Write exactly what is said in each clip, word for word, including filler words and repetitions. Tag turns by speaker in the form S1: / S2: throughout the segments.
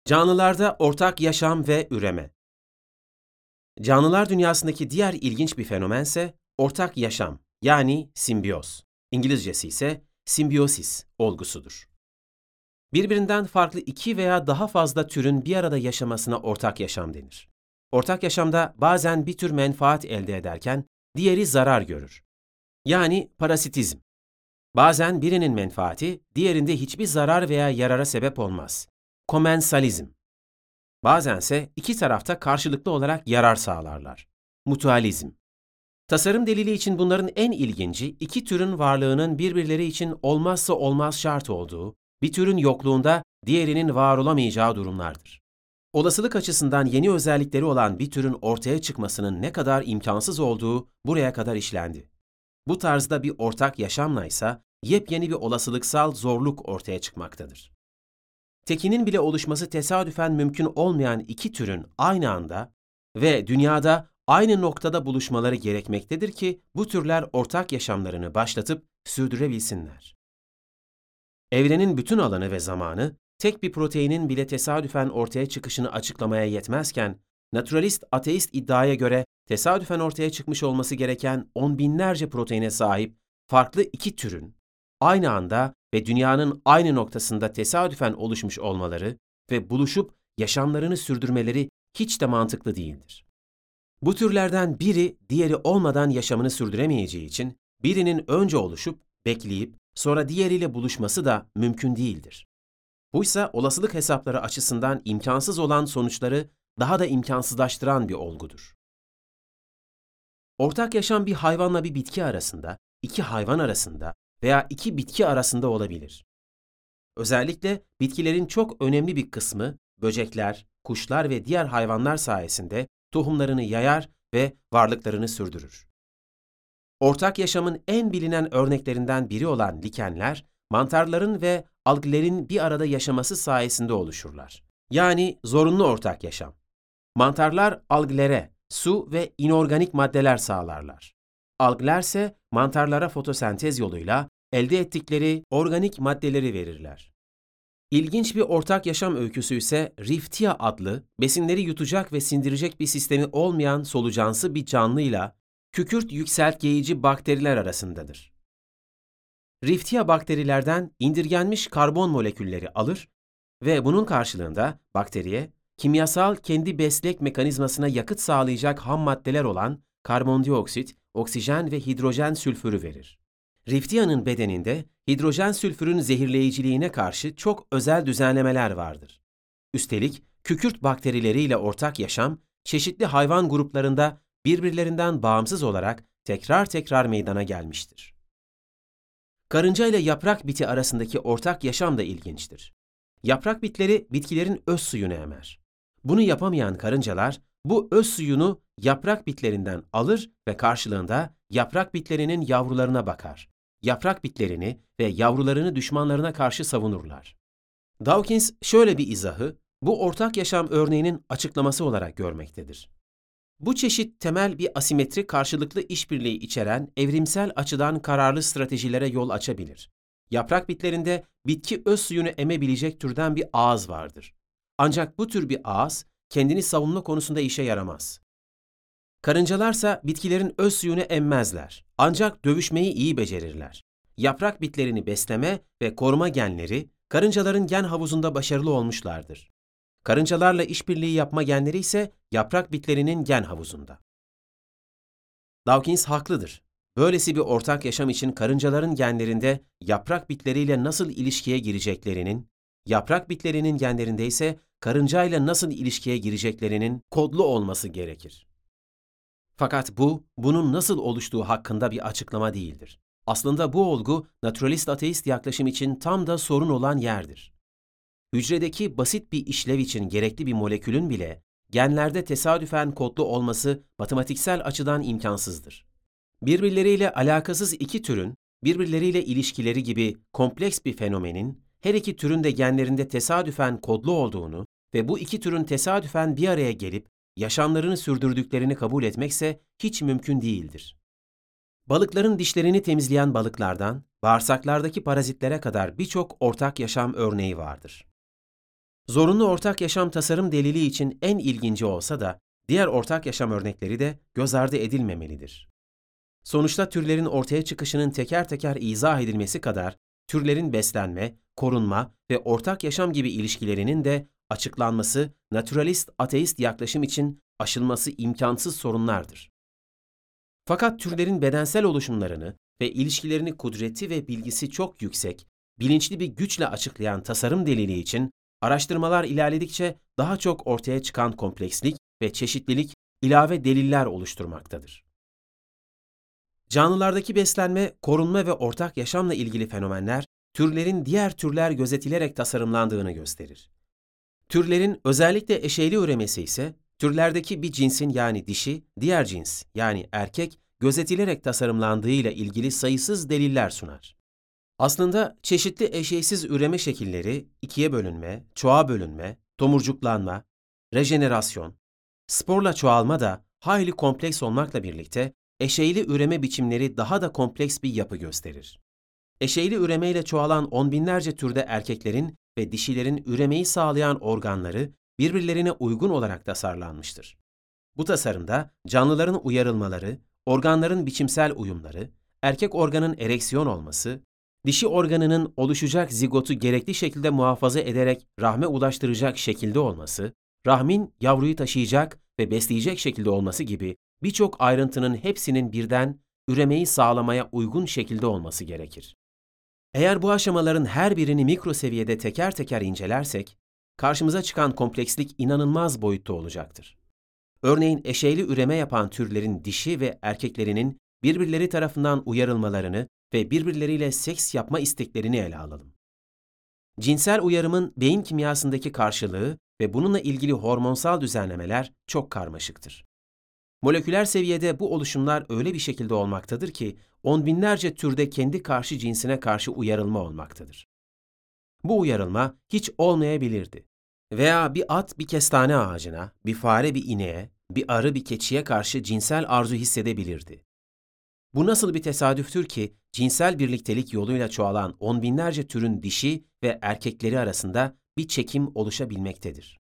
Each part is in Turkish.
S1: Canlılarda ortak yaşam ve üreme. Canlılar dünyasındaki diğer ilginç bir fenomense ortak yaşam, yani simbiyoz. İngilizcesi ise simbiyosis olgusudur. Birbirinden farklı iki veya daha fazla türün bir arada yaşamasına ortak yaşam denir. Ortak yaşamda bazen bir tür menfaat elde ederken diğeri zarar görür. Yani parasitizm. Bazen birinin menfaati diğerinde hiçbir zarar veya yarara sebep olmaz. Komensalizm. Bazense iki tarafta karşılıklı olarak yarar sağlarlar. Mutualizm. Tasarım delili için bunların en ilginci, iki türün varlığının birbirleri için olmazsa olmaz şart olduğu, bir türün yokluğunda diğerinin var olamayacağı durumlardır. Olasılık açısından yeni özellikleri olan bir türün ortaya çıkmasının ne kadar imkansız olduğu buraya kadar işlendi. Bu tarzda bir ortak yaşamla ise yepyeni bir olasılıksal zorluk ortaya çıkmaktadır. Tekinin bile oluşması tesadüfen mümkün olmayan iki türün aynı anda ve dünyada aynı noktada buluşmaları gerekmektedir ki bu türler ortak yaşamlarını başlatıp sürdürebilsinler. Evrenin bütün alanı ve zamanı tek bir proteinin bile tesadüfen ortaya çıkışını açıklamaya yetmezken, naturalist ateist iddiaya göre tesadüfen ortaya çıkmış olması gereken on binlerce proteine sahip farklı iki türün aynı anda ve dünyanın aynı noktasında tesadüfen oluşmuş olmaları ve buluşup yaşamlarını sürdürmeleri hiç de mantıklı değildir. Bu türlerden biri diğeri olmadan yaşamını sürdüremeyeceği için birinin önce oluşup, bekleyip, sonra diğeriyle buluşması da mümkün değildir. Buysa olasılık hesapları açısından imkansız olan sonuçları daha da imkansızlaştıran bir olgudur. Ortak yaşam bir hayvanla bir bitki arasında, iki hayvan arasında veya iki bitki arasında olabilir. Özellikle bitkilerin çok önemli bir kısmı böcekler, kuşlar ve diğer hayvanlar sayesinde tohumlarını yayar ve varlıklarını sürdürür. Ortak yaşamın en bilinen örneklerinden biri olan likenler, mantarların ve alglerin bir arada yaşaması sayesinde oluşurlar. Yani zorunlu ortak yaşam. Mantarlar alglere su ve inorganik maddeler sağlarlar. Alglerse mantarlara fotosentez yoluyla elde ettikleri organik maddeleri verirler. İlginç bir ortak yaşam öyküsü ise Riftia adlı, besinleri yutacak ve sindirecek bir sistemi olmayan solucansı bir canlıyla kükürt yükseltgeyici bakteriler arasındadır. Riftia bakterilerden indirgenmiş karbon molekülleri alır ve bunun karşılığında bakteriye kimyasal kendi beslek mekanizmasına yakıt sağlayacak ham maddeler olan karbondioksit, oksijen ve hidrojen sülfürü verir. Riftia'nın bedeninde hidrojen sülfürün zehirleyiciliğine karşı çok özel düzenlemeler vardır. Üstelik kükürt bakterileriyle ortak yaşam, çeşitli hayvan gruplarında birbirlerinden bağımsız olarak tekrar tekrar meydana gelmiştir. Karınca ile yaprak biti arasındaki ortak yaşam da ilginçtir. Yaprak bitleri bitkilerin öz suyunu emer. Bunu yapamayan karıncalar bu öz suyunu yaprak bitlerinden alır ve karşılığında yaprak bitlerinin yavrularına bakar. Yaprak bitlerini ve yavrularını düşmanlarına karşı savunurlar. Dawkins şöyle bir izahı bu ortak yaşam örneğinin açıklaması olarak görmektedir. Bu çeşit temel bir asimetrik karşılıklı işbirliği içeren evrimsel açıdan kararlı stratejilere yol açabilir. Yaprak bitlerinde bitki öz suyunu emebilecek türden bir ağız vardır. Ancak bu tür bir ağız kendini savunma konusunda işe yaramaz. Karıncalarsa bitkilerin öz suyunu emmezler. Ancak dövüşmeyi iyi becerirler. Yaprak bitlerini besleme ve koruma genleri karıncaların gen havuzunda başarılı olmuşlardır. Karıncalarla işbirliği yapma genleri ise yaprak bitlerinin gen havuzunda. Dawkins haklıdır. Böylesi bir ortak yaşam için karıncaların genlerinde yaprak bitleriyle nasıl ilişkiye gireceklerinin, yaprak bitlerinin genlerinde ise karıncayla nasıl ilişkiye gireceklerinin kodlu olması gerekir. Fakat bu, bunun nasıl oluştuğu hakkında bir açıklama değildir. Aslında bu olgu, naturalist ateist yaklaşım için tam da sorun olan yerdir. Hücredeki basit bir işlev için gerekli bir molekülün bile genlerde tesadüfen kodlu olması matematiksel açıdan imkansızdır. Birbirleriyle alakasız iki türün birbirleriyle ilişkileri gibi kompleks bir fenomenin her iki türün de genlerinde tesadüfen kodlu olduğunu ve bu iki türün tesadüfen bir araya gelip yaşamlarını sürdürdüklerini kabul etmekse hiç mümkün değildir. Balıkların dişlerini temizleyen balıklardan bağırsaklardaki parazitlere kadar birçok ortak yaşam örneği vardır. Zorunlu ortak yaşam tasarım delili için en ilginci olsa da, diğer ortak yaşam örnekleri de göz ardı edilmemelidir. Sonuçta türlerin ortaya çıkışının teker teker izah edilmesi kadar, türlerin beslenme, korunma ve ortak yaşam gibi ilişkilerinin de açıklanması, naturalist ateist yaklaşım için aşılması imkansız sorunlardır. Fakat türlerin bedensel oluşumlarını ve ilişkilerini kudreti ve bilgisi çok yüksek, bilinçli bir güçle açıklayan tasarım delili için araştırmalar ilerledikçe daha çok ortaya çıkan komplekslik ve çeşitlilik ilave deliller oluşturmaktadır. Canlılardaki beslenme, korunma ve ortak yaşamla ilgili fenomenler, türlerin diğer türler gözetilerek tasarımlandığını gösterir. Türlerin özellikle eşeyli üremesi ise, türlerdeki bir cinsin yani dişi, diğer cins yani erkek gözetilerek tasarımlandığıyla ilgili sayısız deliller sunar. Aslında çeşitli eşeysiz üreme şekilleri, ikiye bölünme, çoğa bölünme, tomurcuklanma, rejenerasyon, sporla çoğalma da hayli kompleks olmakla birlikte, eşeyli üreme biçimleri daha da kompleks bir yapı gösterir. Eşeyli üremeyle çoğalan on binlerce türde erkeklerin ve dişilerin üremeyi sağlayan organları birbirlerine uygun olarak tasarlanmıştır. Bu tasarımda canlıların uyarılmaları, organların biçimsel uyumları, erkek organın ereksiyon olması, dişi organının oluşacak zigotu gerekli şekilde muhafaza ederek rahme ulaştıracak şekilde olması, rahmin yavruyu taşıyacak ve besleyecek şekilde olması gibi birçok ayrıntının hepsinin birden üremeyi sağlamaya uygun şekilde olması gerekir. Eğer bu aşamaların her birini mikro seviyede teker teker incelersek, karşımıza çıkan komplekslik inanılmaz boyutta olacaktır. Örneğin eşeyli üreme yapan türlerin dişi ve erkeklerinin birbirleri tarafından uyarılmalarını ve birbirleriyle seks yapma isteklerini ele alalım. Cinsel uyarımın beyin kimyasındaki karşılığı ve bununla ilgili hormonsal düzenlemeler çok karmaşıktır. Moleküler seviyede bu oluşumlar öyle bir şekilde olmaktadır ki, on binlerce türde kendi karşı cinsine karşı uyarılma olmaktadır. Bu uyarılma hiç olmayabilirdi. Veya bir at bir kestane ağacına, bir fare bir ineğe, bir arı bir keçiye karşı cinsel arzu hissedebilirdi. Bu nasıl bir tesadüftür ki, cinsel birliktelik yoluyla çoğalan on binlerce türün dişi ve erkekleri arasında bir çekim oluşabilmektedir.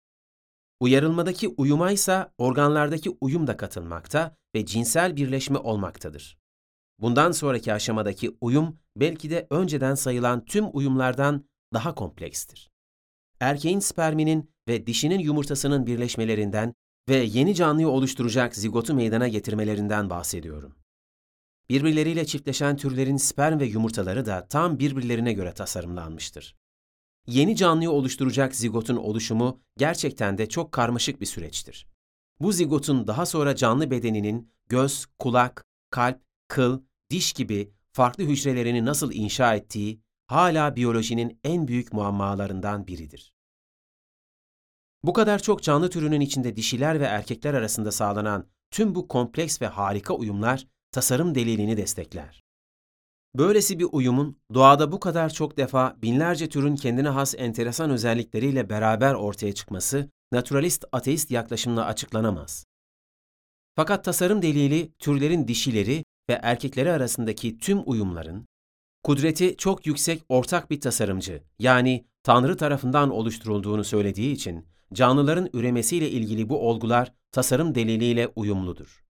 S1: Uyarılmadaki uyuma ise organlardaki uyum da katılmakta ve cinsel birleşme olmaktadır. Bundan sonraki aşamadaki uyum belki de önceden sayılan tüm uyumlardan daha komplekstir. Erkeğin sperminin ve dişinin yumurtasının birleşmelerinden ve yeni canlıyı oluşturacak zigotu meydana getirmelerinden bahsediyorum. Birbirleriyle çiftleşen türlerin sperm ve yumurtaları da tam birbirlerine göre tasarımlanmıştır. Yeni canlıyı oluşturacak zigotun oluşumu gerçekten de çok karmaşık bir süreçtir. Bu zigotun daha sonra canlı bedeninin göz, kulak, kalp, kıl, diş gibi farklı hücrelerini nasıl inşa ettiği hala biyolojinin en büyük muammalarından biridir. Bu kadar çok canlı türünün içinde dişiler ve erkekler arasında sağlanan tüm bu kompleks ve harika uyumlar tasarım delilini destekler. Böylesi bir uyumun doğada bu kadar çok defa binlerce türün kendine has enteresan özellikleriyle beraber ortaya çıkması naturalist ateist yaklaşımla açıklanamaz. Fakat tasarım delili türlerin dişileri ve erkekleri arasındaki tüm uyumların, kudreti çok yüksek ortak bir tasarımcı yani Tanrı tarafından oluşturulduğunu söylediği için canlıların üremesiyle ilgili bu olgular tasarım deliliyle uyumludur.